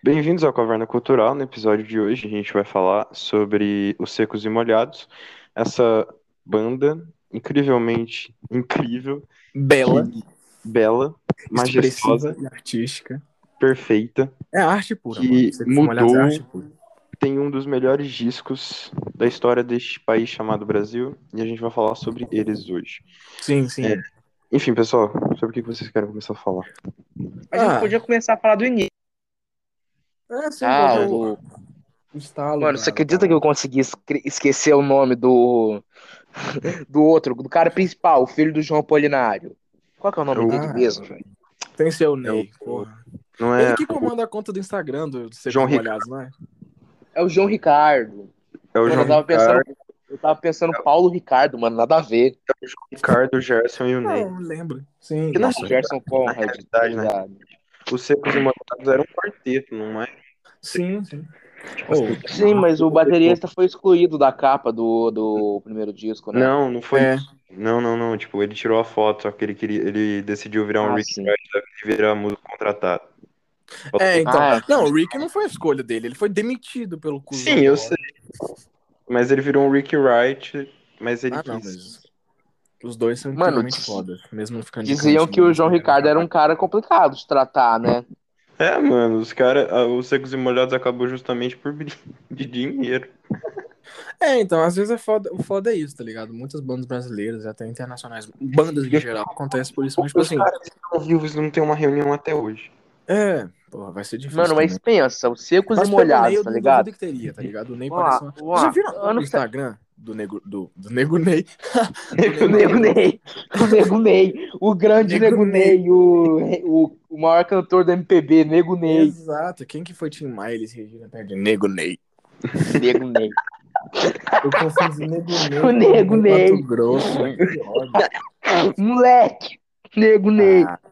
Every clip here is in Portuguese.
Bem-vindos ao Caverna Cultural. No episódio de hoje, a gente vai falar sobre os Secos e Molhados, essa banda incrivelmente incrível, que Bela, bela, expressiva majestosa, e artística. perfeita, É arte pura, mano. que Secos e Molhados é arte mudou, pura. tem um dos melhores discos da história deste país chamado Brasil, e a gente vai falar sobre eles hoje. Sim, É, sim. enfim, pessoal, sobre o que vocês querem começar a falar? A gente Ah, podia começar a falar do início, sim, qual que é tá? o estalo Mano, você da acredita que eu parada? consegui esquecer o nome do outro, do cara principal, o filho do João Apolinário? Qual que é o É nome o, dele Ah, mesmo, velho? tem seu é o, Ney, porra. não Ele é que o comanda a conta do Instagram do Secos João e Ricardo, Molhados, não é? É o João Ricardo. é o Mano, João Ricardo, eu tava pensando Paulo Ricardo, mano, nada a ver. o Gerson e o Ney. Não, não lembro. Sim, Que Nossa, nossa. Gerson na Conrad, tá realidade, né? ligado? Os Secos e Molhados eram um quarteto, não é? Sim, sim. Tipo Oh, assim, Sim, mas o baterista foi excluído da capa do primeiro disco, né? não foi é. isso. Não. Tipo, ele tirou a foto, só que ele decidiu virar um Ah, Rick sim. Wright da vida e virar músico contratado. Falou É, assim, então. Ah, Não, o Rick não foi a escolha dele, ele foi demitido pelo sim, cuzão do eu sei, Roger. mas ele virou um Rick Wright, mas ele Ah, não, quis. mas os dois são mano, incrivelmente fodas, mesmo não ficando de diziam que cantinho, o eles João fizeram um Ricardo era um trabalho. cara complicado de tratar, né? É, mano, os caras, os Secos e Molhados acabou justamente por de dinheiro. É, então, às vezes é foda, o foda é isso, tá ligado? Muitas bandas brasileiras, até internacionais, bandas em E geral, acontece por isso, mas tipo os assim, caras estão vivos e não tem uma reunião até hoje. porra, vai ser difícil Mano, mas também. pensa, os secos e Mas pelo Ney molhados, eu tá não ligado? duvido que teria, tá ligado? O Ney Vamos parece uma... vamos Vocês já lá. viram o Instagram do Nego Ney? Do O Ney Nego Matogrosso? Ney, o Nego Ney, o grande Nego Nego Ney. Ney, o maior cantor do MPB, Nego Ney. Exato, quem que foi Tim Maia, eles Regina perde Nego Ney. Nego Ney. Eu confundi Nego O Ney com Nego Ney Mato Ney. Grosso, velho, que ódio. Moleque, Nego Ney. Ah,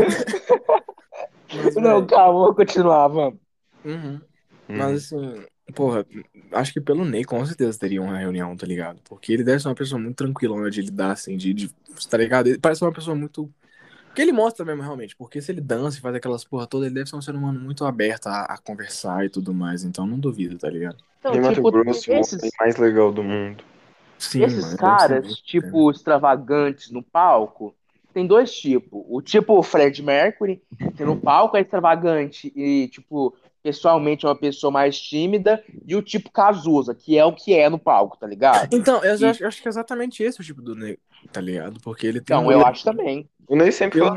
mas, Não, velho, calma, vou continuar, vamos. uhum. Uhum. Mas assim, porra, acho que pelo Ney com certeza teria uma reunião, tá ligado? Porque ele deve ser uma pessoa muito tranquilona de lidar, assim, tá ligado? Ele parece uma pessoa muito. Que ele mostra mesmo, realmente, porque se ele dança e faz aquelas porra toda, ele deve ser um ser humano muito aberto a conversar e tudo mais, então não duvido, tá ligado? Então, Em Mato tipo, Grosso, o homem mais legal do mundo. Sim, esses mano, deve ser caras, muito bacana. tipo, extravagantes no palco, tem dois tipos. O tipo Fred Mercury, que no palco é extravagante e, tipo, pessoalmente é uma pessoa mais tímida, e o tipo Cazuza, que é o que é no palco, tá ligado? Então, E, eu acho que é exatamente esse o tipo do Ney, tá ligado? Porque ele tem então, O eu Ney, acho também. o Ney sempre foi. pelo,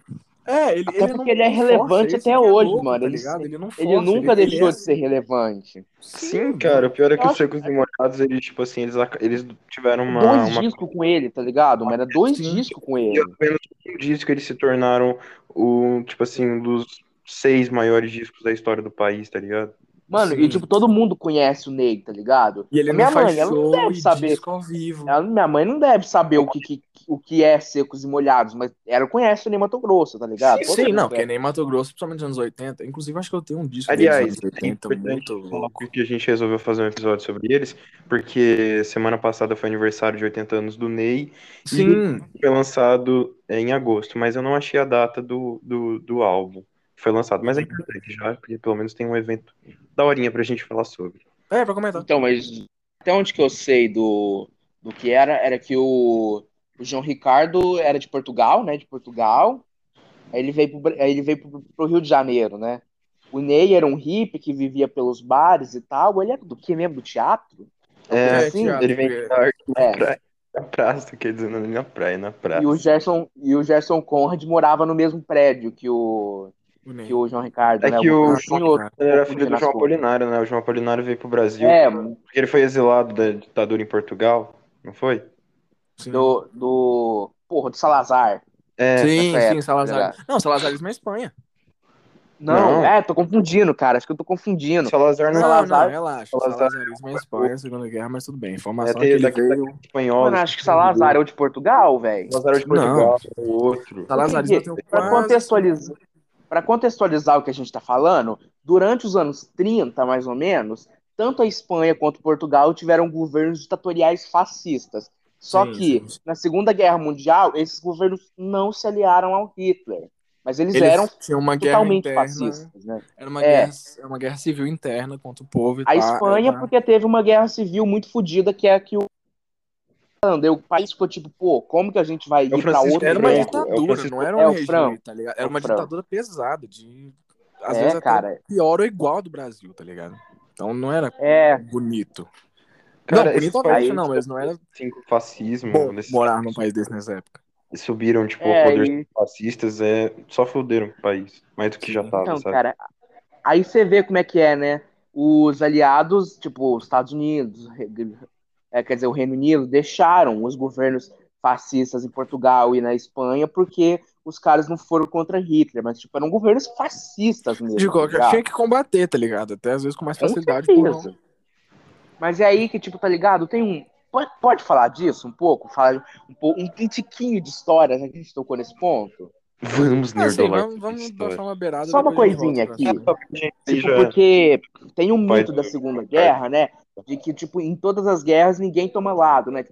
Até ele porque ele é não força, relevante esse até que é hoje, louco, mano. tá ligado? Ele não Ele força, nunca ele é deixou de ser assim. relevante. Sim, Sim, cara, o pior é Eu que os acho Secos e Molhados, eles, tipo assim, eles tiveram dois uma... discos com ele, tá ligado? Mas era dois sim. discos com E ele. apenas um disco eles se tornaram tipo assim, um dos 6 maiores discos da história do país, tá ligado? Mano, e Sim. tipo, todo mundo conhece o Ney, tá ligado? E ele A ainda minha faz mãe, ela não show deve e saber. disco ao vivo. Minha mãe não deve saber o que é secos e molhados, mas ela conhece o Ney Matogrosso, tá ligado? Todo Sim, mundo não, porque conhece. nem Mato Grosso, principalmente nos anos 80. Inclusive, acho que eu tenho um disco deles dos Aliás, anos é 80 importante muito falar louco. porque a gente resolveu fazer um episódio sobre eles, porque semana passada foi aniversário de 80 anos do Ney e Sim. foi lançado em agosto, mas eu não achei a data do álbum que foi lançado, mas é importante já, porque pelo menos tem um evento da horinha pra gente falar sobre. É, pra comentar. Então, mas até onde que eu sei do que era que o João Ricardo era de Portugal, né? De Portugal. Aí ele veio pro Rio de Janeiro, né? O Ney era um hippie que vivia pelos bares e tal. Ele era do que mesmo? Do teatro? Uma coisa É, É, assim? ele teatro, vem porque. da arte na É. praia, na praça, quer dizer, não é na praia, na praça. E o Gerson Conrad morava no mesmo prédio O que Ney. o João Ricardo, É né? que Alguma coisa o Ah, João assim, ou tá. tô Ricardo era filho confundindo do as João coisas. Apolinário, né? O João Apolinário veio pro Brasil É, porque ele foi exilado da ditadura em Portugal, não foi? Sim. porra, do Salazar, É, nessa Sim, sim, época, tá Salazar. ligado? Não, Salazarismo é Espanha. Não, não, tô confundindo, cara. Acho que eu tô confundindo. Salazar não, Não, não, Salazar, relaxa. Salazar Salazarismo é Espanha, Segunda Guerra, mas tudo bem. A é, informação é que tem ele daqueles veio. espanhóis mano, que acho que Salazar é prenderam. o de Portugal, velho. Salazar é de Não, Portugal, o outro. Porque Salazarismo eu tenho para quase contextualizar, certeza. para contextualizar o que a gente está falando, durante os anos 30, mais ou menos, tanto a Espanha quanto Portugal tiveram governos ditatoriais fascistas. Só Sim, sim. que na Segunda Guerra Mundial, esses governos não se aliaram ao Hitler. Mas eles eram tinham uma guerra totalmente interna, fascistas, né? era uma guerra civil interna contra o povo e A pá. Espanha, porque teve uma guerra civil muito fodida, que é a que o país ficou tipo, pô, como que a gente vai É o ir pra Francisco outro Era uma Franco, canto? é o ditadura, não Francisco era um É o regime, Franco, tá ligado? é Era o uma Franco. ditadura pesada, às vezes até Cara, pior ou igual do Brasil, tá ligado? Então não era é. bonito. Não, Cara, esses bonito obviamente países não, mas não era cinco fascismo, bom nesses morar num país desse nessa época. subiram, tipo, ao É, poder e fascistas, só fuderam o país, mais do que já Sim. tava, então, sabe? cara, aí você vê como é que é, né? Os aliados, tipo, os Estados Unidos, quer dizer, o Reino Unido, deixaram os governos fascistas em Portugal e na Espanha porque os caras não foram contra Hitler, mas, tipo, eram governos fascistas De mesmo, tá qualquer tinha ligado? que combater, tá ligado? Até às vezes com mais Com facilidade por não. certeza. Mas é aí que, tipo, tá ligado? Tem um. Pode falar disso um pouco? Falar um tiquinho de história, né, que a gente tocou nesse ponto? Vamos Assim, nerdolar sobre vamos história. passar uma beirada, Só uma depois a gente volta coisinha pra aqui. cima. Só porque a gente Tipo, seja porque tem um pai mito da do Segunda Ricardo. Guerra, né? De que, tipo, em todas as guerras ninguém toma lado, né?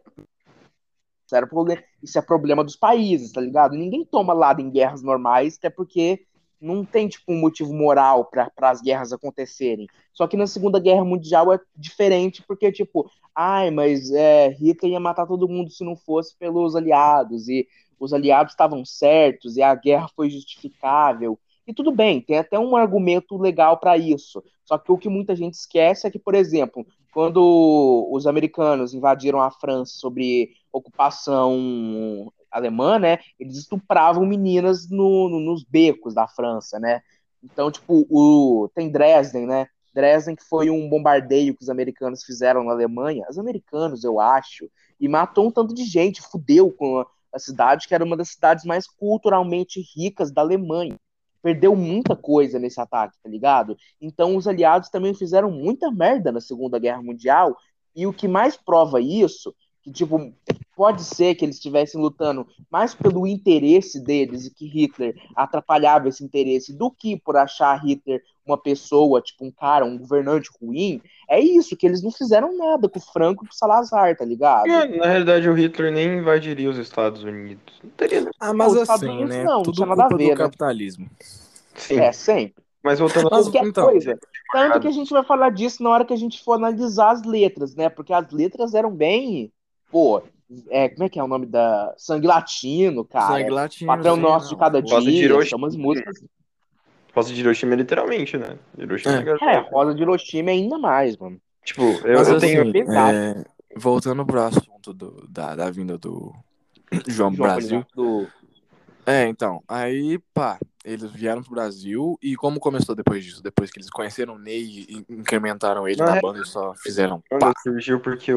Isso é problema dos países, tá ligado? Ninguém toma lado em guerras normais, até porque não tem, tipo, um motivo moral para as guerras acontecerem. Só que na Segunda Guerra Mundial é diferente, porque, tipo, ai, mas Hitler ia matar todo mundo se não fosse pelos aliados, e os aliados estavam certos, e a guerra foi justificável. E tudo bem, tem até um argumento legal para isso. Só que o que muita gente esquece é que, por exemplo, quando os americanos invadiram a França sobre ocupação alemã, né? Eles estupravam meninas nos becos da França, né? Então, tipo, tem Dresden, né? Dresden que foi um bombardeio que os americanos fizeram na Alemanha, os americanos, eu acho, e matou um tanto de gente, fudeu com a cidade, que era uma das cidades mais culturalmente ricas da Alemanha. Perdeu muita coisa nesse ataque, tá ligado? Então os aliados também fizeram muita merda na Segunda Guerra Mundial, e o que mais prova isso, que tipo, pode ser que eles estivessem lutando mais pelo interesse deles e que Hitler atrapalhava esse interesse do que por achar Hitler uma pessoa, tipo um cara, um governante ruim, é isso, que eles não fizeram nada com o Franco e com o Salazar, tá ligado? Na realidade, o Hitler nem invadiria os Estados Unidos. Não teria. Ah, Não, mas os Estados assim, Unidos né? não Tudo tinha nada a culpa do ver, né? capitalismo. Sim. Sempre. Mas voltando Mas, Qualquer então, coisa. Tanto que a gente vai falar disso na hora que a gente for analisar as letras, né? Porque as letras eram bem. Pô, como é que é o nome da. Sangue Latino, sangue cara. latino, Patrão sim, Nosso de não. Cada Rosa de Dia. Hiroshima. São umas músicas. Rosa de Hiroshima é literalmente, né? Hiroshima É, Nagasaki. Rosa de Hiroshima é ainda mais, mano. Tipo, mas eu tenho. Música assim, pesada. voltando pro assunto da vinda do João pro João Brasil. Polinar do. Então, aí, pá, eles vieram pro Brasil e como começou depois disso? Depois que eles conheceram o Ney e incrementaram ele Na na real, banda e só fizeram a banda pá. surgiu porque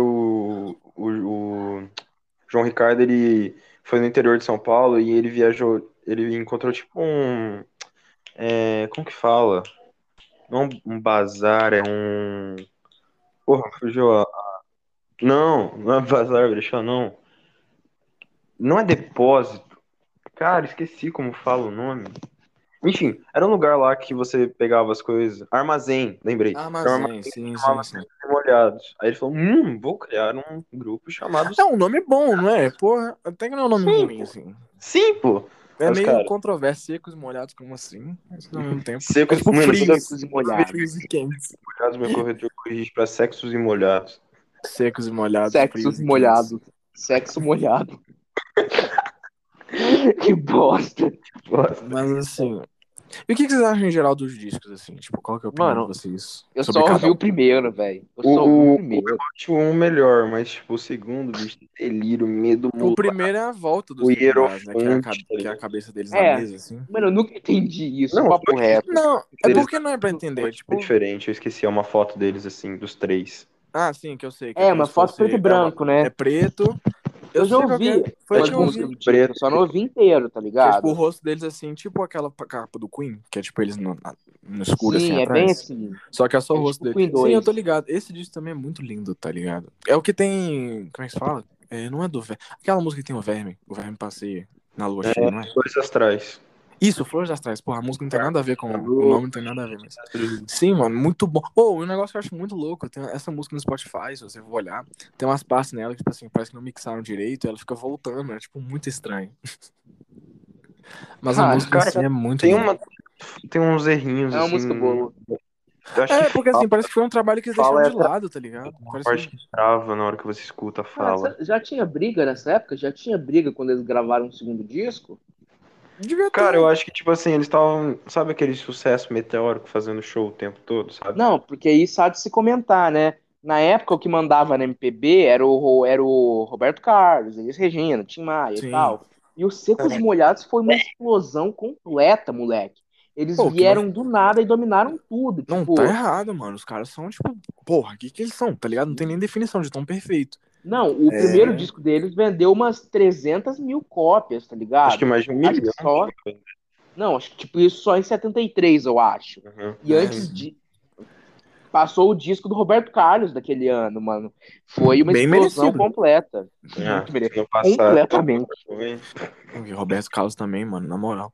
o João Ricardo, ele foi no interior de São Paulo e ele viajou. Ele encontrou tipo um. Como que fala? Não um bazar, é um. Porra, fugiu a. Não, não é bazar, deixa não. Não é depósito. Cara, esqueci como fala o nome. Enfim, era um lugar lá que você pegava as coisas. Armazém, lembrei. Era um Armazém, armazém que sim, sim, chamava sim. Secos e Molhados. Aí ele falou: vou criar um grupo chamado. É um nome bom, não é? Porra, até que não é um nome Sim, ruim, pô. assim. Sim, pô. É Aí os meio caras. controverso, secos e molhados, como assim? Mas ao mesmo tempo. É Secos. tipo Mano, frios. Secos e Molhados. Frios e quentes. molhados, meu corretor corrige pra sexos e molhados. Secos e molhados, Sexos frios e quentes. molhados. Sexo molhado. Que bosta. Bosta. Mas assim. E o que vocês acham em geral dos discos, assim? Tipo, qual que é a opinião de Mano, vocês eu sobre só cada ouvi o um? primeiro, velho. Eu só ouvi o primeiro. Acho um melhor, mas tipo, o segundo, bicho, delírio, medo, O mula, primeiro é a volta dos o Temugás, né? hierofante, tá Que é a ligado? cabeça deles na É, mesa, assim. mano, eu nunca entendi isso, Não, os papo dois reto. Não, é deles porque não é pra entender. é Tipo, diferente. Eu esqueci, é uma foto deles, assim, dos três. ah, sim, que eu sei, que é É, como uma se foto preto e fosse. branco, É né? preto. Eu Eu já sei qual que é. ouvi Foi É o umas que eu tipo um músicas ouvi. do tipo, preto. eu só não ouvi inteiro, tá Que é tipo o ligado? rosto deles assim, tipo aquela capa do Queen, que é tipo eles no escuro assim Sim, é bem atrás. assim. Só que é só o É rosto tipo dele. Queen Sim, eu tô 2. ligado. Esse disco também é muito lindo, tá ligado? É o que tem. Como é que se fala? Não é do verme. Aquela música que tem o verme. O verme passeia na lua cheia, não é? Flores astrais. Isso, Flores Astrais. Porra, a música não tem nada a ver com. O Do nome não tem nada a ver, mas. Sim, mano, muito bom. Um negócio que eu acho muito louco, tem essa música no Spotify, se você for olhar, tem umas partes nela que, tipo assim, parece que não mixaram direito, e ela fica voltando, é, tipo, muito estranho. Mas a Cara, música em Cara, si é muito tem linda. tem uns errinhos, é uma assim. música boa. Eu acho que Porque assim, parece que foi um trabalho que eles fala deixaram é de lado, tá ligado? uma Parece parte que. que trava na hora que você escuta a Cara, fala. já tinha briga nessa época? Já tinha briga quando eles gravaram o segundo disco? Devia Cara, eu ter. acho que, tipo assim, eles estavam, sabe aquele sucesso meteórico fazendo show o tempo todo, sabe? Não, porque isso há de se comentar, né? Na época, o que mandava na MPB era o Roberto Carlos, Elis Regina, Tim Maia e Sim. tal. E os Secos e Molhados foi uma explosão completa, moleque. Eles Pô, que não, vieram do nada e dominaram tudo. não tá Tipo, errado, mano. Os caras são, tipo, porra, o que que eles são, tá ligado? Não tem nem definição de tão perfeito. não, o primeiro É. disco deles vendeu umas 300 mil cópias, tá Acho que ligado? mais de 1 Acho que milhão. só. Não, acho que tipo isso só em 73, eu acho. Uhum. E antes de. Passou o disco do Roberto Carlos daquele ano, mano. Foi uma Bem explosão merecido. completa. Ah, Muito se merecido. não passar, Completamente. foi. E Roberto Carlos também, mano, na moral.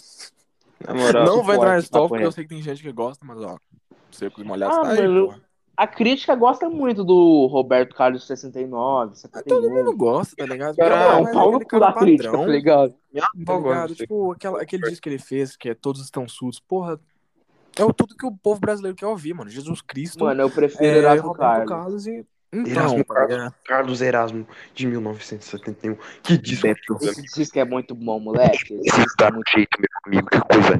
Na moral, Não vou entrar Suporte, nesse tópico papo porque eu reto. sei que tem gente que gosta, mas ó, Secos e Molhados Ah, tá aí, mano, porra. a crítica gosta muito do Roberto Carlos 69, Mas todo mundo 71. gosta, tá ligado? Porque é cara, Não, mais pau no aquele cu cara da crítica, tá padrão, ligado? minha tá avó gosta ligado? disso. Tipo, aquele disco que ele fez, que é Todos Estão Surdos, porra, é tudo que o povo brasileiro quer ouvir, mano. Jesus Cristo, Mano, eu prefiro Erasmo Roberto Carlos. Carlos e. Erasmo Então, tá Carlos, ligado? Carlos Erasmo, de 1971. Que disco Beto. foda. Esse disco é muito bom, moleque. Esse Esse disco é dá muito. jeito, meu amigo, que coisa.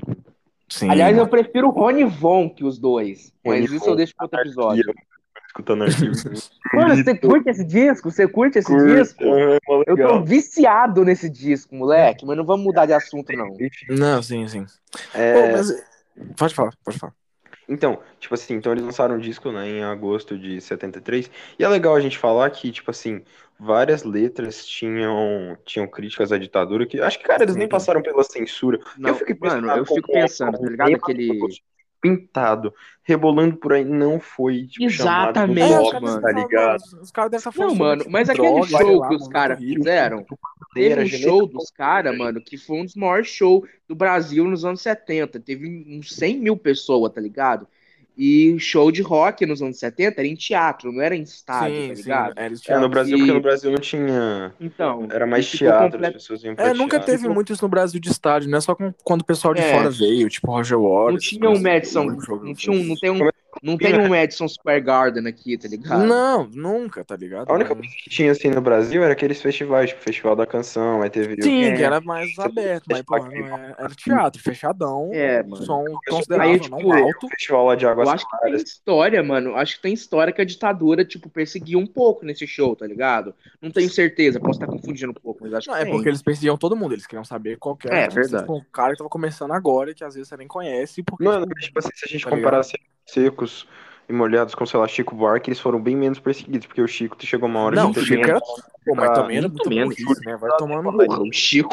Sim, Aliás, eu mano. prefiro o Rony Von que os dois. Mas isso eu Univon, deixo para outro anarquia, episódio. escutando arquivo. Mano, você curte esse disco? Você curte esse Curto, disco? mó Eu tô legal. viciado nesse disco, moleque. Mas não vamos mudar de assunto, não. Enfim, Não, sim, sim. Pô, é, mas. Pode falar, pode falar. então, tipo assim, então eles lançaram um disco, né, em agosto de 73, e é legal a gente falar que, tipo assim, várias letras tinham críticas à ditadura, que acho que, cara, eles nem Sim. passaram pela censura, que eu Não, fico mano, impressionado eu como fico pensando, tá ligado? Aquele. pintado, rebolando por aí, não foi, tipo, chamado no Os Exatamente, bloco, caras devem tá mano. estar, mano, ligado? os caras devem estar falando Não, sobre, mano, tipo, mas aquele droga, sei show lá, que os movimento caras hippie. fizeram. Teve um show dos caras, mano, que foi um dos maiores shows do Brasil nos anos 70. Teve uns 100 mil pessoas, tá ligado? E show de rock nos anos 70 era em teatro, não era em estádio, tá Sim, sim, ligado? eles No teatro. Brasil, porque no E Brasil não tinha, então, era e mais ficou teatro, as completo. pessoas iam pra Nunca teatro. teve Ficou, muito isso no Brasil de estádio, né? Só quando o pessoal de fora é, veio, tipo Roger não Waters, essas tinha um coisas. O Madison, único show que eu não fui. tinha um, não tem Começou, um Madison Square Garden aqui, tá ligado? Não, nunca, tá ligado? a única Não. coisa que tinha assim no Brasil era aqueles festivais, tipo Festival da Canção, aí teve o Sim, que É, era mais aberto, mas, festival porra, que não era teatro, fechadão, mano. som começou com Aí, considerável, não tipo, o alto. festival lá de eu Águas acho que tem Claras. história, mano. Acho que tem história que a ditadura, tipo, perseguiu um pouco nesse show, tá ligado? Não tenho certeza, posso estar confundindo um pouco, mas acho Não, que é porque tem. eles perseguiam todo mundo, eles queriam saber qualquer É, artista, verdade. tipo, um cara que tava começando agora, que às vezes você nem conhece, porque, Mano, tipo, mas, tipo assim, se a gente tá ligado? comparasse Secos e Molhados com, sei lá, Chico Buarque, eles foram bem menos perseguidos, porque o Chico chegou uma hora que Não, o Muito teve Chico menos. era. Pô, mas também era Muito muita menos. burrice, né? Vai tomar no Porra, cu.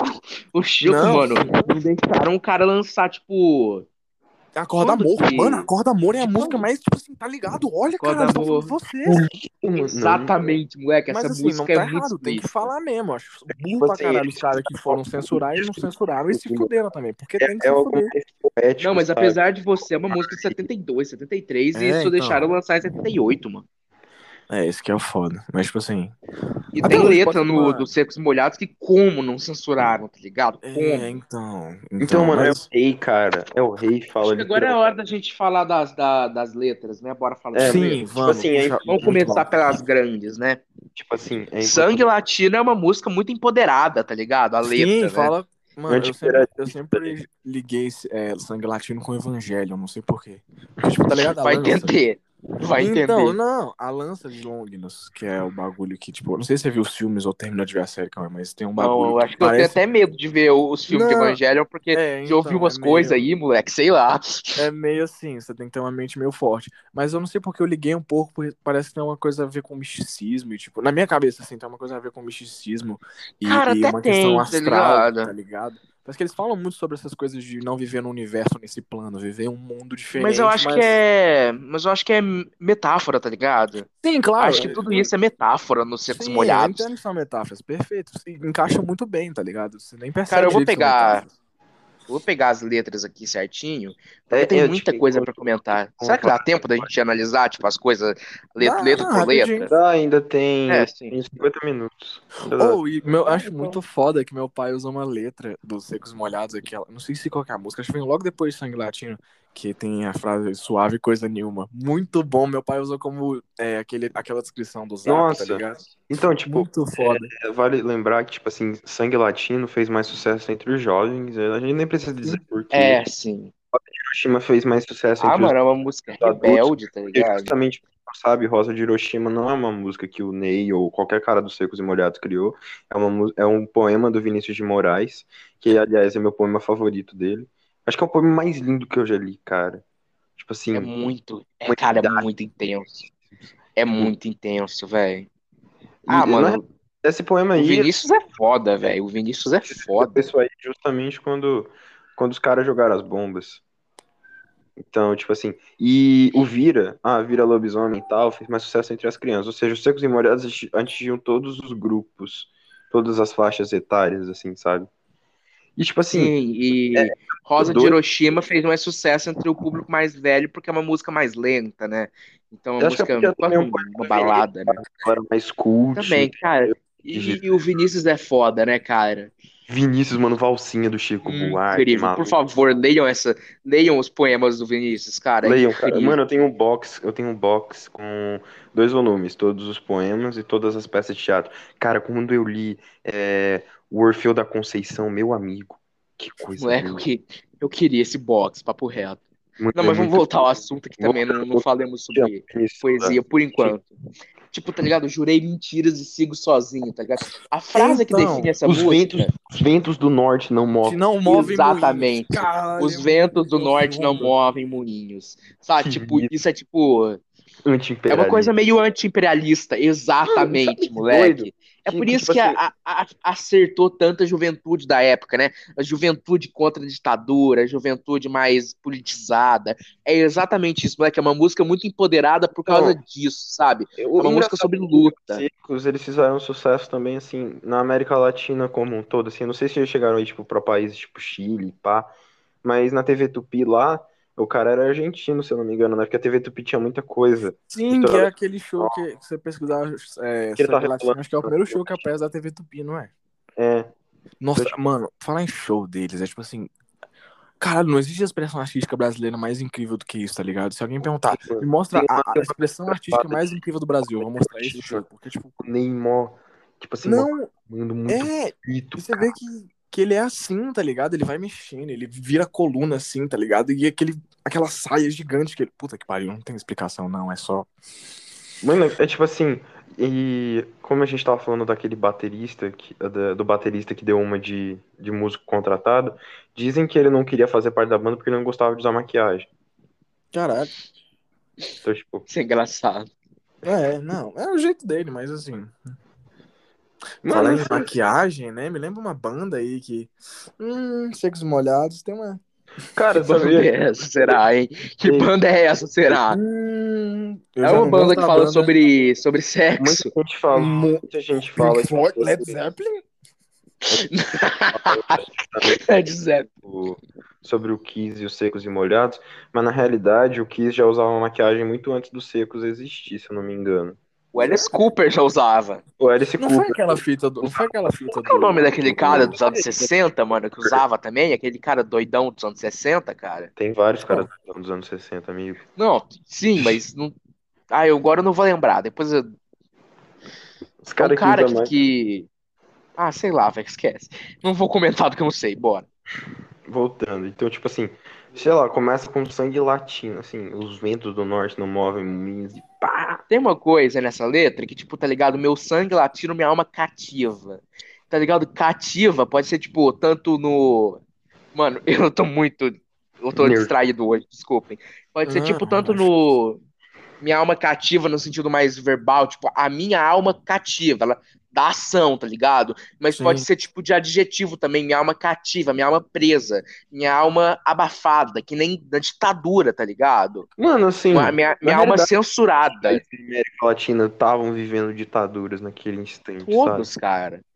o Chico, Não, mano, sim. não deixaram o cara lançar, tipo. Acorda Quando Amor. Mano, que. Acorda Amor é a De música quando? mais, tipo assim, tá ligado? Olha, Acorda caralho, estão falando de Amor. você. por que, mano? Não, Exatamente, moleque. Mas Essa assim, não música é tá muito errado, tem que explícita. falar mesmo. Acho burro tipo pra assim, caralho eles os caras que foram censurar e não censuraram e se fuderam também, porque tem que é se algo fuder. mais Não, poético, mas sabe? apesar de você, é uma música de 72, 73, e É, isso então. deixaram lançar em 78, mano. É, isso que é o foda. Mas, tipo assim. E Até tem hoje pode letra ser no uma. dos Secos e Molhados que como não censuraram, tá ligado? É, Como? então. Então, Então, mano, é o mas. rei, cara. É o rei, Acho fala que agora é a literalmente. hora da gente falar das letras, né? Bora falar das É, Sim, letras. tipo vamos, assim, puxa. Vamos Muito bom. começar pelas grandes, né? tipo assim, é Sangue importante. Latino é uma música muito empoderada, tá ligado? A Sim, letra, né? fala. Mano, eu sempre liguei Sangue Latino com o Evangelho, não sei por quê. Porque, tipo, tá ligado? A Vai lança. entender. Vai Então, entender. não, a lança de Longinus, que é o bagulho que, tipo, não sei se você viu os filmes ou terminou de ver a série, calma, mas tem um Não, bagulho eu que acho que eu tenho parece. até medo de ver os filmes de Não, Evangelion, porque já ouvi então, umas coisas aí, moleque, sei lá. é meio assim, você tem que ter uma mente meio forte. Mas eu não sei porque eu liguei um pouco, porque parece que tem uma coisa a ver com misticismo, e, tipo, na minha cabeça, assim, tem uma coisa a ver com misticismo Cara, e até uma questão tem, tá astral, tá ligado? ligado? Parece que eles falam muito sobre essas coisas de não viver no universo, nesse plano, viver um mundo Mas eu diferente, acho que mas. é. Mas eu acho que é metáfora, tá ligado? Sim, claro, Acho que tudo isso é metáfora nos secos sim, eu molhados. entendo que são metáforas, perfeito, se encaixam muito bem, tá ligado? Você nem Cara, percebe eu vou direito que são pegar. metáforas. vou pegar as letras aqui certinho, porque tem Tipo, muita coisa pra comentar. Será que dá tempo da gente analisar, tipo, as coisas Dá, letra não, por rapidinho. letra? dá, ainda tem, É, sim. tem 50 minutos. Ainda dá. E Ah, acho então. muito foda que meu pai usa uma letra dos Secos e Molhados aqui. Não sei se qual que é a música, acho que vem logo depois de Sangue Latino, que tem a frase suave coisa nenhuma. Muito bom, meu pai usou como aquela descrição do Zap, tá Nossa. ligado? Então, tipo, Muito foda. vale lembrar que, tipo assim, Sangue Latino fez mais sucesso entre os jovens. A gente nem precisa dizer Sim. por quê. É, sim. Hiroshima fez mais sucesso Ah, entre os mano, é uma música adultos, rebelde, tá porque ligado? justamente, não sabe, Rosa de Hiroshima não é uma música que o Ney ou qualquer cara dos Secos e Molhados criou. É um poema do Vinícius de Moraes, que, aliás, é meu poema favorito dele. Acho que é o poema mais lindo que eu já li, cara. Tipo É assim, muito. É, uma cara, é idade, muito intenso. É tipo, muito intenso, velho. Ah, e na mano, esse poema o aí, Vinícius é foda, velho. O Vinícius é escreveu foda. isso aí justamente quando os caras jogaram as bombas. Então, tipo assim, e o Vira Lobisomem e tal, fez mais sucesso entre as crianças. Ou seja, os Secos e Molhados atingiam todos os grupos, todas as faixas etárias, assim, sabe? E, tipo assim, Sim, e muito Rosa de doido. Hiroshima fez mais sucesso entre o público mais velho porque é uma música mais lenta, né? Então, é uma Eu acho que é música porque quase também um pouco uma do Vinícius, balada, né? era mais cult, Também, cara. entendeu? E o Vinícius é foda, né, cara? Vinícius, mano, Valsinha do Chico Buarque, Incrível. Por maluco. favor, leiam os poemas do Vinícius, cara. É Leiam, cara. Mano, incrível. eu tenho um box com 2 volumes, todos os poemas e todas as peças de teatro. Cara, quando eu li o Orfeu da Conceição, meu amigo, que coisa Moleque, boa. eu queria esse box, papo reto. Mano, Não, é mas vamos muito voltar ao assunto que bom. também não falemos Te amo, sobre Vinícius, poesia por te- enquanto. Tipo, tá ligado? Jurei mentiras e sigo sozinho, tá ligado? A frase que define Então, essa música, os ventos do norte não que movem. não move moinhos. exatamente. Caralho, é Os muito ventos do norte não profundo. movem moinhos. Sabe? Tipo, Que isso é tipo. É uma coisa anti-imperialista. meio anti-imperialista, Mano, e sabe exatamente, que doido? moleque. É por Que, isso tipo que assim, acertou tanta juventude da época, né? A juventude contra a ditadura, a juventude mais politizada. É exatamente isso, moleque. É uma música muito empoderada por causa então, disso, sabe? É o uma música engraçado sobre é que os luta. secos, eles fizeram sucesso também, assim, na América Latina como um todo, assim, eu não sei se eles chegaram aí, tipo, pra países tipo Chile, pá, mas na TV Tupi lá, o cara era argentino, se eu não me engano, né, porque a TV Tupi tinha muita coisa Sim, que é misturada com aquele show que você pesquisar que ele tá Sangue Latino, revelando. acho que é o primeiro show que aparece da TV Tupi, não é? É, então, Nossa, tipo, mano, falar em show deles, é tipo assim, caralho, não existe expressão artística brasileira mais incrível do que isso, tá ligado? Se alguém perguntar, me mostra a tem uma expressão artística mais incrível do Brasil, eu vou mostrar esse show, porque, tipo, o Neymar, tipo assim, não, mano, muito é. bonito, E você vê cara. que ele é assim, tá ligado? Ele vai mexendo, ele vira coluna assim, tá ligado? E aquela saia gigante que ele. Puta que pariu, não tem explicação, não, é só. Mano, é tipo assim, e como a gente tava falando daquele baterista, do baterista que deu uma de músico contratado, dizem que ele não queria fazer parte da banda porque ele não gostava de usar maquiagem. Caralho. Então, tipo, Isso é engraçado. Não, é o jeito dele, mas assim. mano, Falar em assim, maquiagem, né? Me lembra uma banda aí que. Secos Molhados tem uma. Que cara, banda sabia? é essa, será, hein? Que banda é essa, será? Eu É já uma não gosto banda que da fala banda. sobre Muita sexo. gente fala, muita gente Pink fala que Floyd, Led Zeppelin? justamente É dizer. sobre o Kiss e os Secos e Molhados, mas na realidade o Kiss já usava uma maquiagem muito antes dos Secos existir, se eu não me engano. O Alice Cooper já usava. O Alice Não foi Cooper aquela fita do. Não foi aquela fita Qual que é o nome daquele cara do. dos anos 60, mano, que usava também? Aquele cara doidão dos anos 60, cara? tem vários caras Qual? dos anos 60, amigo. Não, sim, mas não. Ah, eu agora não vou lembrar. Depois Os é um caras que cara usam mais. Ah, sei lá, velho, esquece. Não vou comentar do que eu não sei, bora. Voltando. Então, tipo assim, sei lá, começa com sangue latino, assim, os ventos do norte não movem moinhos e pá! Tem uma coisa nessa letra que, tipo, tá ligado? Meu sangue latino, minha alma cativa. Tá ligado? Cativa pode ser, tipo, tanto no. Mano, eu tô muito. Eu tô Nerd. distraído hoje, desculpem. Pode ser, Não, tipo, tanto relaxa. no. Minha alma cativa no sentido mais verbal, tipo, a minha alma cativa, ela dá ação, tá ligado? Mas pode Sim. ser tipo de adjetivo também, minha alma cativa, minha alma presa, minha alma abafada, que nem da ditadura, tá ligado? Mano, assim, na Minha alma realidade, os censurada. países da América Latina estavam vivendo ditaduras naquele instante, sabe? Todos, cara.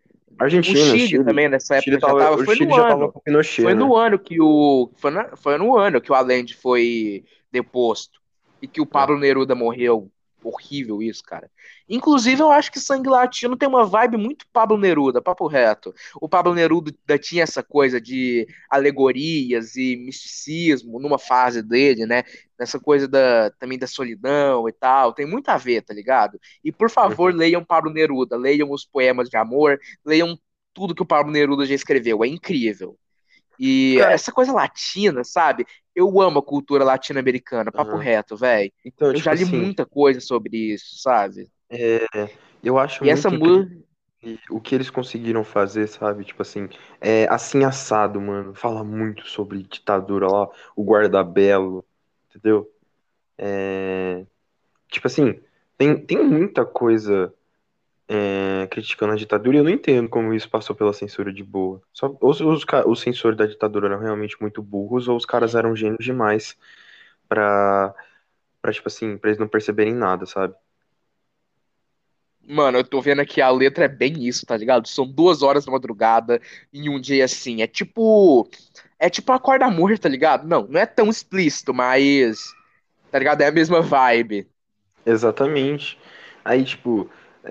O Argentina, Chile Chile. também nessa Chile época já tava, tava. o Chile já tava com o Pinochet, Foi né? no ano que o foi no ano que o Allende foi deposto e que o É. Pablo Neruda morreu. Horrível isso, cara. Inclusive, eu acho que Sangue Latino tem uma vibe muito Pablo Neruda, papo reto. O Pablo Neruda tinha essa coisa de alegorias e misticismo numa fase dele, né? Nessa coisa também da solidão e tal. Tem muito a ver, tá ligado? E por favor, Uhum. leiam Pablo Neruda, leiam os poemas de amor, leiam tudo que o Pablo Neruda já escreveu. É incrível. E Cara, essa coisa latina, sabe? Eu amo a cultura latino-americana, papo aham. reto, velho. Então, Eu tipo já li assim, muita coisa sobre isso, sabe? é, eu acho E essa muito incrível música. o que eles conseguiram fazer, sabe? Tipo assim, assim assado, mano. Fala muito sobre ditadura lá, o Guardabelo, entendeu? É, tipo assim, tem muita coisa criticando a ditadura e eu não entendo como isso passou pela censura de boa. Só, ou os censores da ditadura eram realmente muito burros, ou os caras eram gênios demais pra, tipo assim, pra eles não perceberem nada, sabe? Mano, eu tô vendo aqui a letra é bem isso, tá ligado? São 2 horas da madrugada em um dia assim. É tipo. É tipo Acorda Amor, tá ligado? Não, não é tão explícito, mas. Tá ligado? É a mesma vibe. Exatamente. Aí, tipo,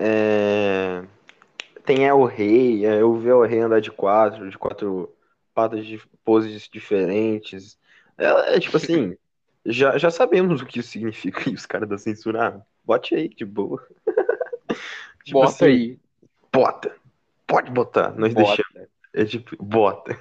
tem El Rei, eu vi El Rei andar de quatro patas de poses diferentes. Tipo assim, já sabemos o que isso significa e os caras da censura, bote aí, de boa. Tipo Bota assim, aí. bota, pode botar, nós deixamos. Bota. É tipo, bota.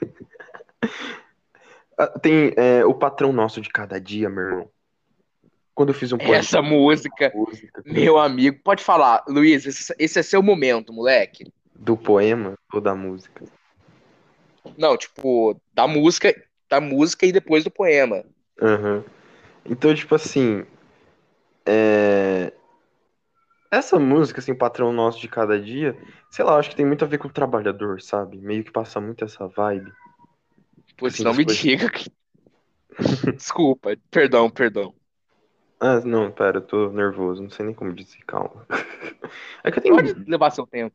Tem o patrão nosso de cada dia, meu irmão. Quando eu fiz um podcast Essa música, de música, meu amigo. Pode falar, Luiz, esse é seu momento, moleque. do poema ou da música. Não, tipo, da música e depois do poema. Aham. Então, tipo assim, é, essa música, assim, patrão nosso de cada dia, sei lá, acho que tem muito a ver com o trabalhador, sabe? Meio que passa muito essa vibe, tipo Putz, assim, não das me coisas. diga que. Desculpa, perdão, perdão. Ah, não, pera, eu tô nervoso, não sei nem como dizer, calma. É que eu Pode tenho. levar seu tempo.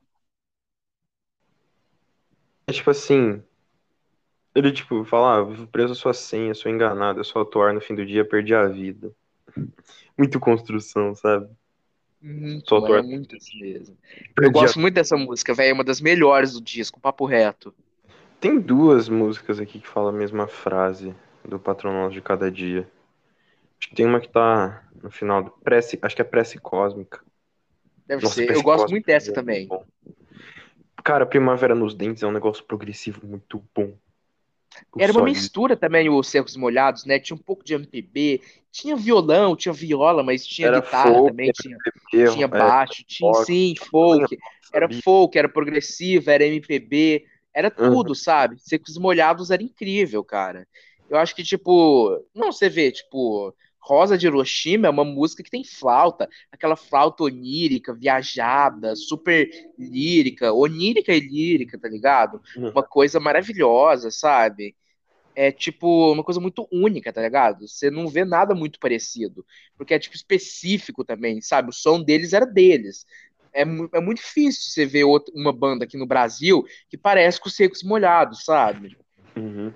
É tipo assim, ele, tipo, fala, vivo preso à sua senha, sou enganado, eu sou atuar no fim do dia, perdi a vida. Muito construção, sabe? Muito, Sou mano, atuar é no fim muito do isso dia, mesmo. Eu perdi a gosto muito dessa música, velho, é uma das melhores do disco, papo reto. Tem duas músicas aqui que falam a mesma frase do patrão nosso de cada dia. Acho que tem uma que tá no final do Prece, acho que é Prece Cósmica. Deve Nossa, ser. Eu Prece gosto muito Cósmica dessa é muito também. bom. Cara, Primavera nos Dentes é um negócio progressivo muito bom. O Era uma solinho. mistura também, os Secos e Molhados, né? Tinha um pouco de MPB, tinha violão, tinha viola, mas tinha Era guitarra folk, também, era tinha, MPB, tinha baixo, tinha rock, sim, eu lembro, folk. Era sabia? folk, era progressiva, era MPB, era Uhum. tudo, sabe? Secos e Molhados era incrível, cara. Eu acho que, tipo, não, você vê, tipo, Rosa de Hiroshima é uma música que tem flauta, aquela flauta onírica, viajada, super lírica, onírica e lírica, tá ligado? Uma coisa maravilhosa, sabe? É tipo uma coisa muito única, tá ligado? Você não vê nada muito parecido, porque é tipo específico também, sabe? O som deles era deles. É muito difícil você ver uma banda aqui no Brasil que parece com os Secos e Molhados, sabe? Uhum.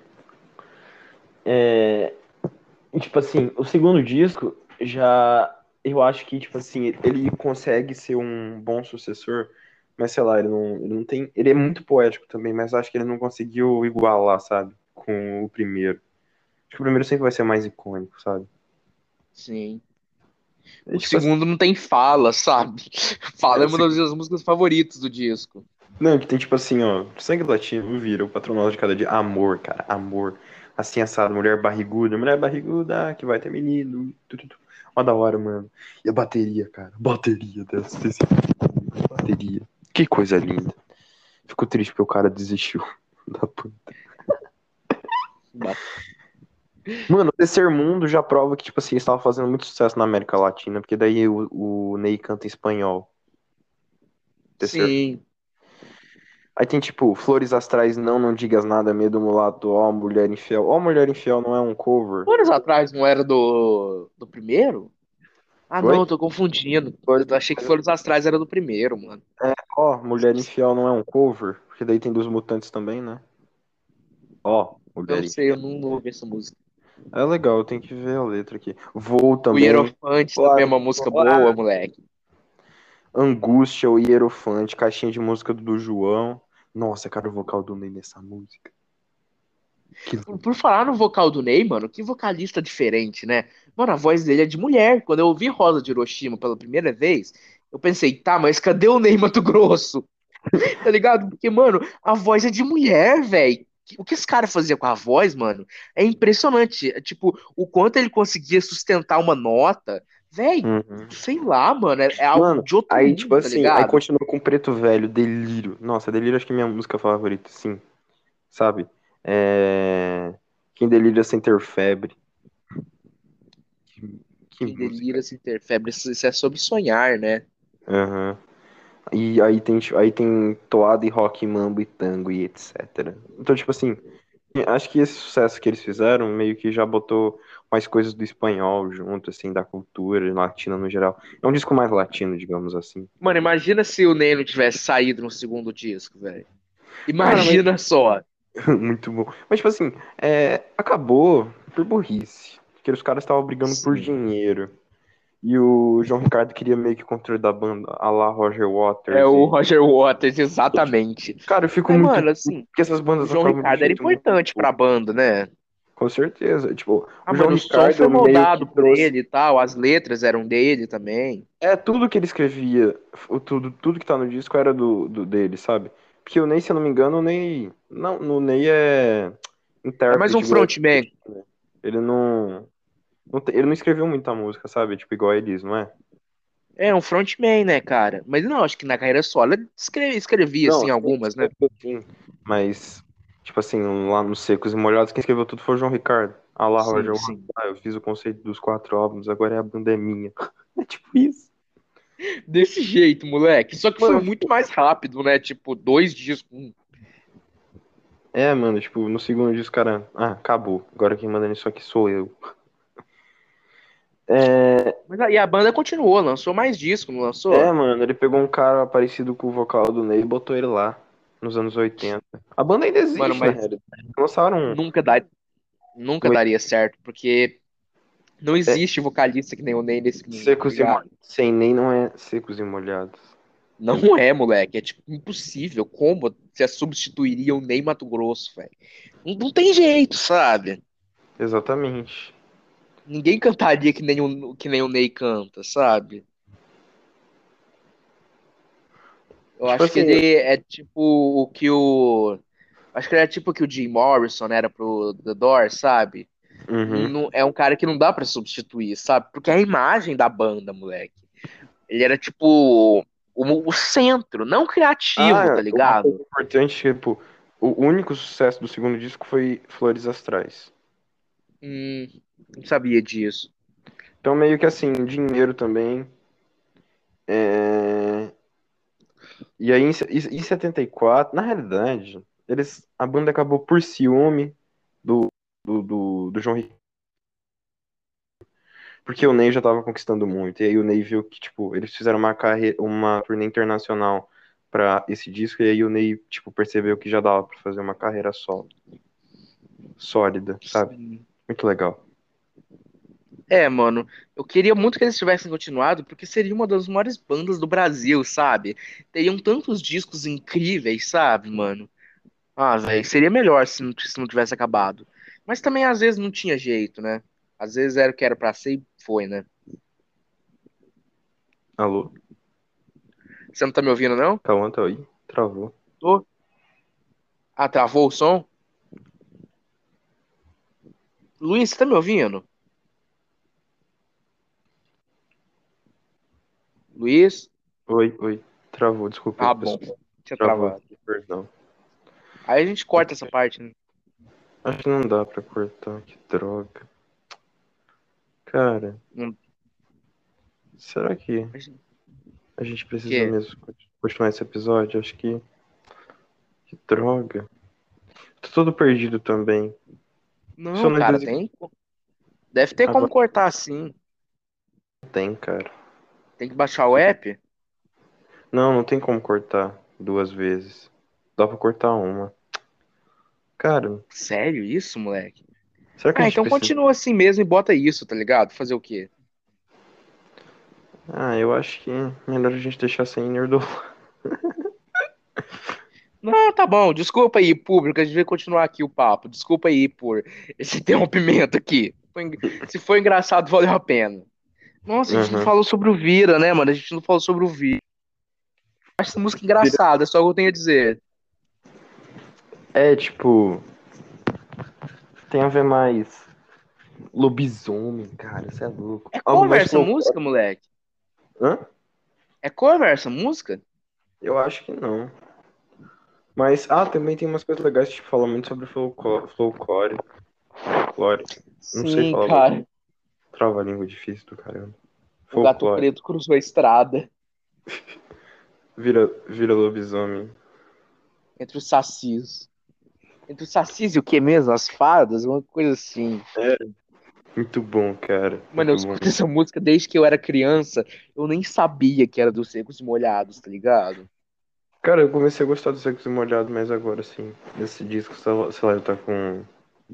É, e, tipo assim, o segundo disco já. Eu acho que, tipo assim, ele consegue ser um bom sucessor, mas sei lá, ele não tem. Ele é muito poético também, mas acho que ele não conseguiu igualar, sabe? Com o primeiro. Acho que o primeiro sempre vai ser mais icônico, sabe? Sim. É O tipo assim. segundo não tem fala, sabe? É, Fala é o uma das segundo... minhas músicas favoritas do disco. Não, que tem tipo assim, ó. Sangue latino, vira, o patronato de cada dia. Amor, cara, amor. Assim, assado, mulher barriguda, que vai ter menino. Ó, da hora, mano. E a bateria, cara. Bateria desse bateria. Que coisa linda. Fico triste porque o cara desistiu da puta. Mano, o Terceiro Mundo já prova que, tipo assim, estava fazendo muito sucesso na América Latina, porque daí o Ney canta em espanhol. Terceiro. Sim. Aí tem, tipo, Flores Astrais, não digas nada, Medo Mulato, Ó Mulher Infiel. Ó Mulher Infiel não é um cover? Anos atrás não era do primeiro? Ah, não, Oi? eu tô confundindo. Eu achei que Flores Astrais era do primeiro, mano. Ó, Mulher Infiel não é um cover? Porque daí tem dos Mutantes também, né? Ó, Eu não mulher. sei, eu não ouvi essa música. É legal, eu tenho que ver a letra aqui. Voo O também. Hierofante também é Claro. uma música boa, moleque. Angústia, o Hierofante, caixinha de música do João. Nossa, cara, o vocal do Ney nessa música. Que lindo. Por falar no vocal do Ney, mano, que vocalista diferente, né? Mano, a voz dele é de mulher. Quando eu ouvi Rosa de Hiroshima pela primeira vez, eu pensei, tá, mas cadê o Ney Mato Grosso? Tá ligado? Porque, mano, a voz é de mulher, velho. O que esse cara fazia com a voz, mano, é impressionante. É, tipo, o quanto ele conseguia sustentar uma nota, velho, Uhum. sei lá, mano, é algo Mano, de outro aí, tipo mundo, tá assim, aí ligado? continua com Preto Velho, Delírio. Nossa, Delírio acho que é minha música favorita, sim. Sabe? É... Quem delira sem ter febre. Que Quem delira música. sem ter febre, isso é sobre sonhar, né? Aham. E aí tem toada e rock, mambo e tango e etc. Então, tipo assim, acho que esse sucesso que eles fizeram meio que já botou mais coisas do espanhol junto, assim, da cultura latina no geral. É um disco mais latino, digamos assim. Mano, imagina se o Ney não tivesse saído no segundo disco, velho. Cara, mas Imagina só. muito bom. Mas, tipo assim, acabou por burrice. Porque os caras estavam brigando por Sim. dinheiro. E o João Ricardo queria meio que o controle da banda, a la Roger É Waters. o E, Roger Waters, exatamente. cara, eu fico Mas, muito mano, puto, assim, porque essas o bandas João tocavam de Ricardo era jeito muito importante pra louco. banda, né? Com certeza. Tipo, Ah, o João mano, o som foi Ricardo meio que moldado por trouxe. ele e tal, as letras eram dele também. É, tudo que ele escrevia, tudo que tá no disco era do dele, sabe? Porque o Ney, se eu não me engano, o Ney. Não, o Ney é É mais um intérprete igual frontman. ele, né? Ele ele não escreveu muita música, sabe? Tipo, igual eles, não é? É um frontman, né, cara? Mas não, acho que na carreira solo ele escrevia, Não, assim, sim, algumas, né? escreveu sim. Mas, tipo assim, lá nos Secos e Molhados, quem escreveu tudo foi o João Ricardo. Ah lá, Roger Sim, Waters, sim. eu fiz o conceito dos 4 álbuns, agora a banda é minha. É tipo isso. Desse jeito, moleque. Só que foi Mano, muito mais rápido, né? Tipo, 2 discos. mano, tipo, no segundo disco, cara, acabou. Agora quem manda nisso aqui sou eu. É, Mas aí a banda continuou, lançou mais disco, não lançou? mano, ele pegou um cara parecido com o vocal do Ney e botou ele lá, nos anos 80. A banda ainda Mano, existe, na mas realidade. Lançaram nunca dá, nunca um daria certo, porque não é, existe vocalista que nem o Ney nesse mundo, tá Secos e ligado? Molhados. Sem Ney não é Secos e Molhados. Não é, moleque. É tipo impossível. Como você substituiria o Ney Mato Grosso, velho? Não, não tem jeito, sabe? Exatamente. Ninguém cantaria que nem o Ney canta, sabe? Eu Tipo acho que assim, ele é tipo o que o. Acho que ele é tipo o que o Jim Morrison era pro The Doors, sabe? uhum. É um cara que não dá pra substituir, sabe? Porque é a imagem da banda, moleque. Ele era tipo o centro, não criativo, tá Uma coisa ligado? importante, tipo, o único sucesso do segundo disco foi Flores Astrais. Hum, não sabia disso. Então, meio que assim, dinheiro também. é, E aí, em 74, na realidade, a banda acabou por ciúme do João Ricardo, porque o Ney já tava conquistando muito. E aí o Ney viu que, tipo, eles fizeram uma turnê internacional pra esse disco, e aí o Ney, tipo, percebeu que já dava pra fazer uma carreira sólida, sabe? Sim. Muito legal. É, mano, eu queria muito que eles tivessem continuado, porque seria uma das maiores bandas do Brasil, sabe? Teriam tantos discos incríveis, sabe, mano? Ah, velho, seria melhor se não tivesse acabado. Mas também às vezes não tinha jeito, né? Às vezes era o que era pra ser e foi, né? Alô? Você não tá me ouvindo, não? Cauã tá aí? Travou. Tô. Ah, travou o som? Luiz, você tá me ouvindo? Luiz? Oi, oi. Travou, desculpa aí, Ah, bom. pessoal. Tinha Travou travado. aqui, perdão. Aí a gente corta essa parte, né? Acho que não dá pra cortar, que droga. Cara, Não- será que a gente- a gente precisa Que? mesmo continuar esse episódio? Acho que droga. Tô todo perdido também. Só Não, no cara, 12 tem. Deve ter como agora cortar sim. não tem, cara. Tem que baixar o app? Não, não tem como cortar 2 vezes. dá pra cortar uma. Cara, Sério isso, moleque? será que a Ah, gente então precisa... continua assim mesmo e bota isso, tá ligado? Fazer o quê? Ah, eu acho que é melhor a gente deixar sem Nerdola. Não, tá bom. Desculpa aí, público. A gente vai continuar aqui o papo. Desculpa aí por esse interrompimento aqui. Se foi engraçado, valeu a pena. Nossa, a gente não Aham. falou sobre o Vira, né, mano? A gente não falou sobre o Vira. Acho essa música engraçada, é só o que eu tenho a dizer. É, tipo, tem a ver mais lobisomem, cara, você é louco. É Algo cover mais essa música, folclórico. moleque? Hã? É cover essa música? Eu acho que não. Mas, também tem umas coisas legais, tipo, fala muito sobre folclore. Não sei Sim, falar cara. trava-língua difícil do caramba. O gato Folclore. preto cruzou a estrada Vira lobisomem. entre os sacis. Entre os sacis e o que mesmo? As fadas? Uma coisa assim. É, muito bom, cara. Mano, eu Muito bom. escuto essa música desde que eu era criança. Eu nem sabia que era dos Secos e Molhados, tá ligado? Cara, eu comecei a gostar dos Secos e Molhados, mas agora sim. Esse disco, sei lá, ele tá com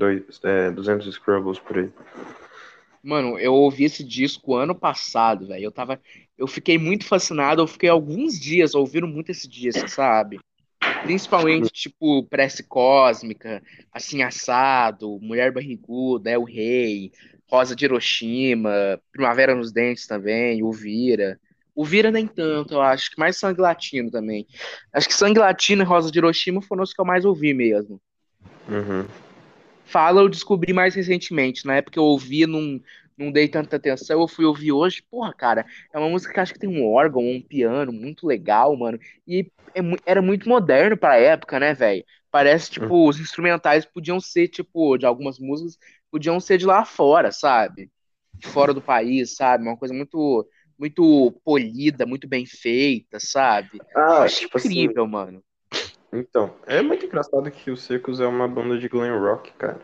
200 Scrubbles por aí. Mano, eu ouvi esse disco ano passado, velho. Eu fiquei muito fascinado. Eu fiquei alguns dias ouvindo muito esse disco, sabe? Principalmente, tipo, Prece Cósmica, Assim Assado, Mulher Barriguda, É o Rei, Rosa de Hiroshima, Primavera nos Dentes também, O Vira. O Vira nem tanto, eu acho que mais Sangue Latino também. Acho que Sangue Latino e Rosa de Hiroshima foram os que eu mais ouvi mesmo. Uhum. Fala, eu descobri mais recentemente. Na época eu ouvi, não dei tanta atenção. Eu fui ouvir hoje. Porra, cara, é uma música que acho que tem um órgão, um piano muito legal, mano. E era muito moderno pra época, né, velho? Parece, Uhum. tipo, os instrumentais podiam ser, tipo, de algumas músicas, podiam ser de lá fora, sabe? De fora do país, sabe? Uma coisa muito polida, muito bem feita, sabe? Eu acho Tipo assim, incrível, mano. então, é muito engraçado que o Secos é uma banda de glam rock, cara.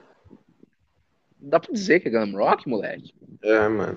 Dá pra dizer que é glam rock, moleque? É, mano,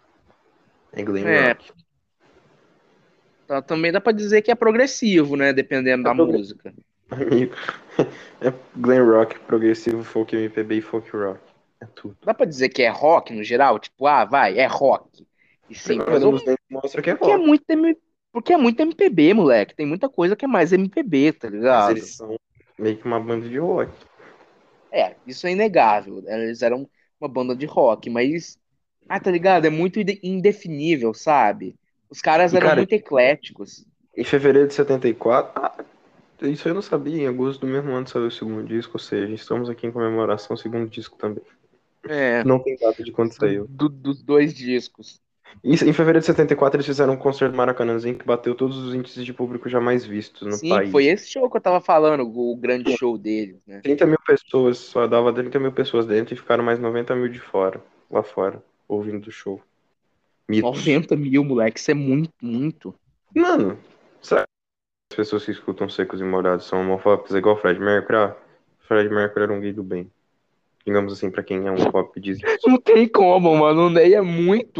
é glam É, rock. também dá pra dizer que é progressivo, né? Dependendo É da música. amigo, é glam rock, progressivo, folk MPB e folk rock. É tudo. Dá pra dizer que é rock no geral? Tipo, vai, é rock. E simples. Primavera Ou nos Dentes mostra que é porque é rock, muito, porque é muito MPB, moleque. Tem muita coisa que é mais MPB, tá mas eles ligado? são meio que uma banda de rock. É, isso é inegável. Eles eram uma banda de rock, mas. Ah, tá ligado? É muito indefinível, sabe? Os caras E, eram cara, muito ecléticos. em fevereiro de 74, isso eu não sabia, em agosto do mesmo ano saiu o segundo disco, ou seja, estamos aqui em comemoração ao segundo disco também. É, Não tem data de quando saiu. dos dois discos. Isso, em fevereiro de 74 eles fizeram um concerto no Maracanãzinho que bateu todos os índices de público jamais vistos no Sim, foi país. esse show que eu tava falando, o grande show deles, né? 30 mil pessoas, só dava 30 mil pessoas dentro e ficaram mais 90 mil de fora, lá fora, ouvindo o show. Mitos. 90 mil, moleque, isso é muito, muito. Mano, será que as pessoas que escutam Secos e Molhados são homofóbicas igual Fred Mercury? Fred Mercury era um gay do bem. Digamos assim, pra quem é homofóbico e diz isso. Não tem como, mano. O Ney é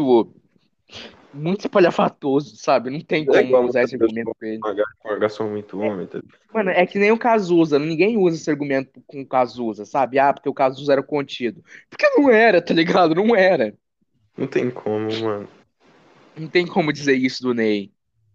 muito espalhafatoso, sabe? Não tem É igual como a usar música esse do Deus argumento com ele. com a garçom muito homem, tá? Mano, é que nem o Cazuza. Ninguém usa esse argumento com o Cazuza, sabe? Ah, porque o Cazuza era contido. Porque não era, tá ligado? Não era. Não tem como, mano. Não tem como dizer isso do Ney.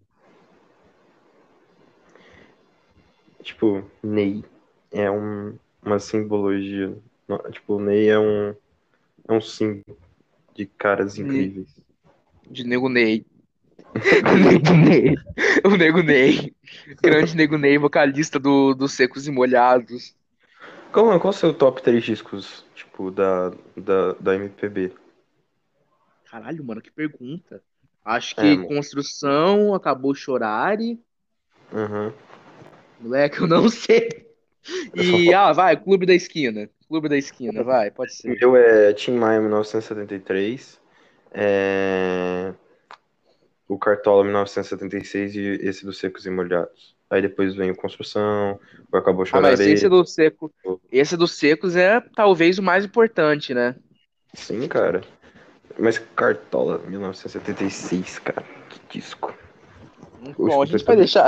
Tipo, Ney é uma simbologia. Tipo, o Ney é um símbolo de caras De, incríveis. de Nego Ney. O Nego Ney. O Nego Ney. Grande Nego Ney, vocalista dos Secos e Molhados. Qual o seu top 3 discos, tipo, da MPB? Caralho, mano, que pergunta. Acho É, que mano. Construção, Acabou Chorar. Aham. Moleque, eu não sei. E, vai, Clube da Esquina. Clube da Esquina, vai, pode O ser. meu é Tim Maia 1973. É... O Cartola 1976 e esse dos Secos e Molhados. Aí depois vem o Construção, o Acabou Ah, mas Chorarei. esse dos secos é talvez o mais importante, né? Sim, cara. Mas Cartola 1976, cara. Que disco. Eu Bom, a escuto gente ele vai também. deixar.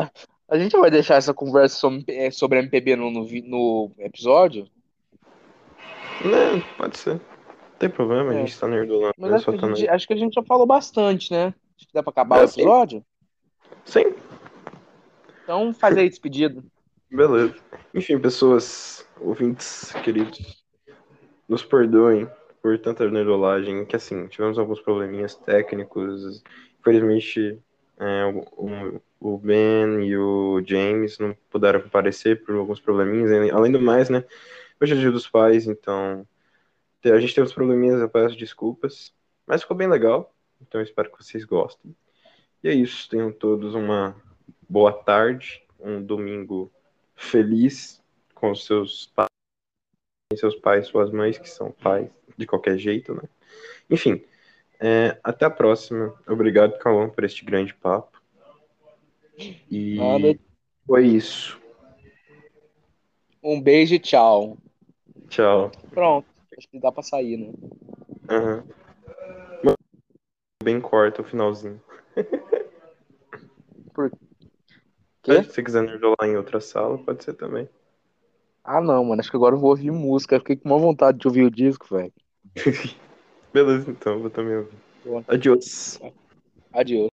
A gente vai deixar essa conversa sobre MPB no episódio? Né, pode ser. Não tem problema, a É. gente tá nerdolando Mas mesmo, só tá nerd. acho que a gente já falou bastante, né? Acho que dá pra acabar o É, sim, episódio. sim, Então faz aí despedido. beleza. Enfim, pessoas, ouvintes queridos, nos perdoem por tanta nerdolagem, que assim, tivemos alguns probleminhas técnicos. Infelizmente, o Ben e o James não puderam comparecer por alguns probleminhas. Além do mais, né? Hoje é dia dos pais, então a gente teve uns probleminhas, eu peço desculpas. Mas ficou bem legal, então eu espero que vocês gostem. E é isso, tenham todos uma boa tarde, um domingo feliz com seus pais, suas mães, que são pais de qualquer jeito, né? Enfim, até a próxima. Obrigado, Cauã, por este grande papo. Nada. E foi isso. Um beijo e tchau. Tchau. Pronto. Acho que dá pra sair, né? Aham. Bem corta o finalzinho. Por Mas quê? se você quiser nerdolar em outra sala, pode ser também. Ah, não, mano. Acho que agora eu vou ouvir música. Eu fiquei com uma vontade de ouvir o disco, velho. Beleza, então, vou também ouvir. Adiós. Adiós.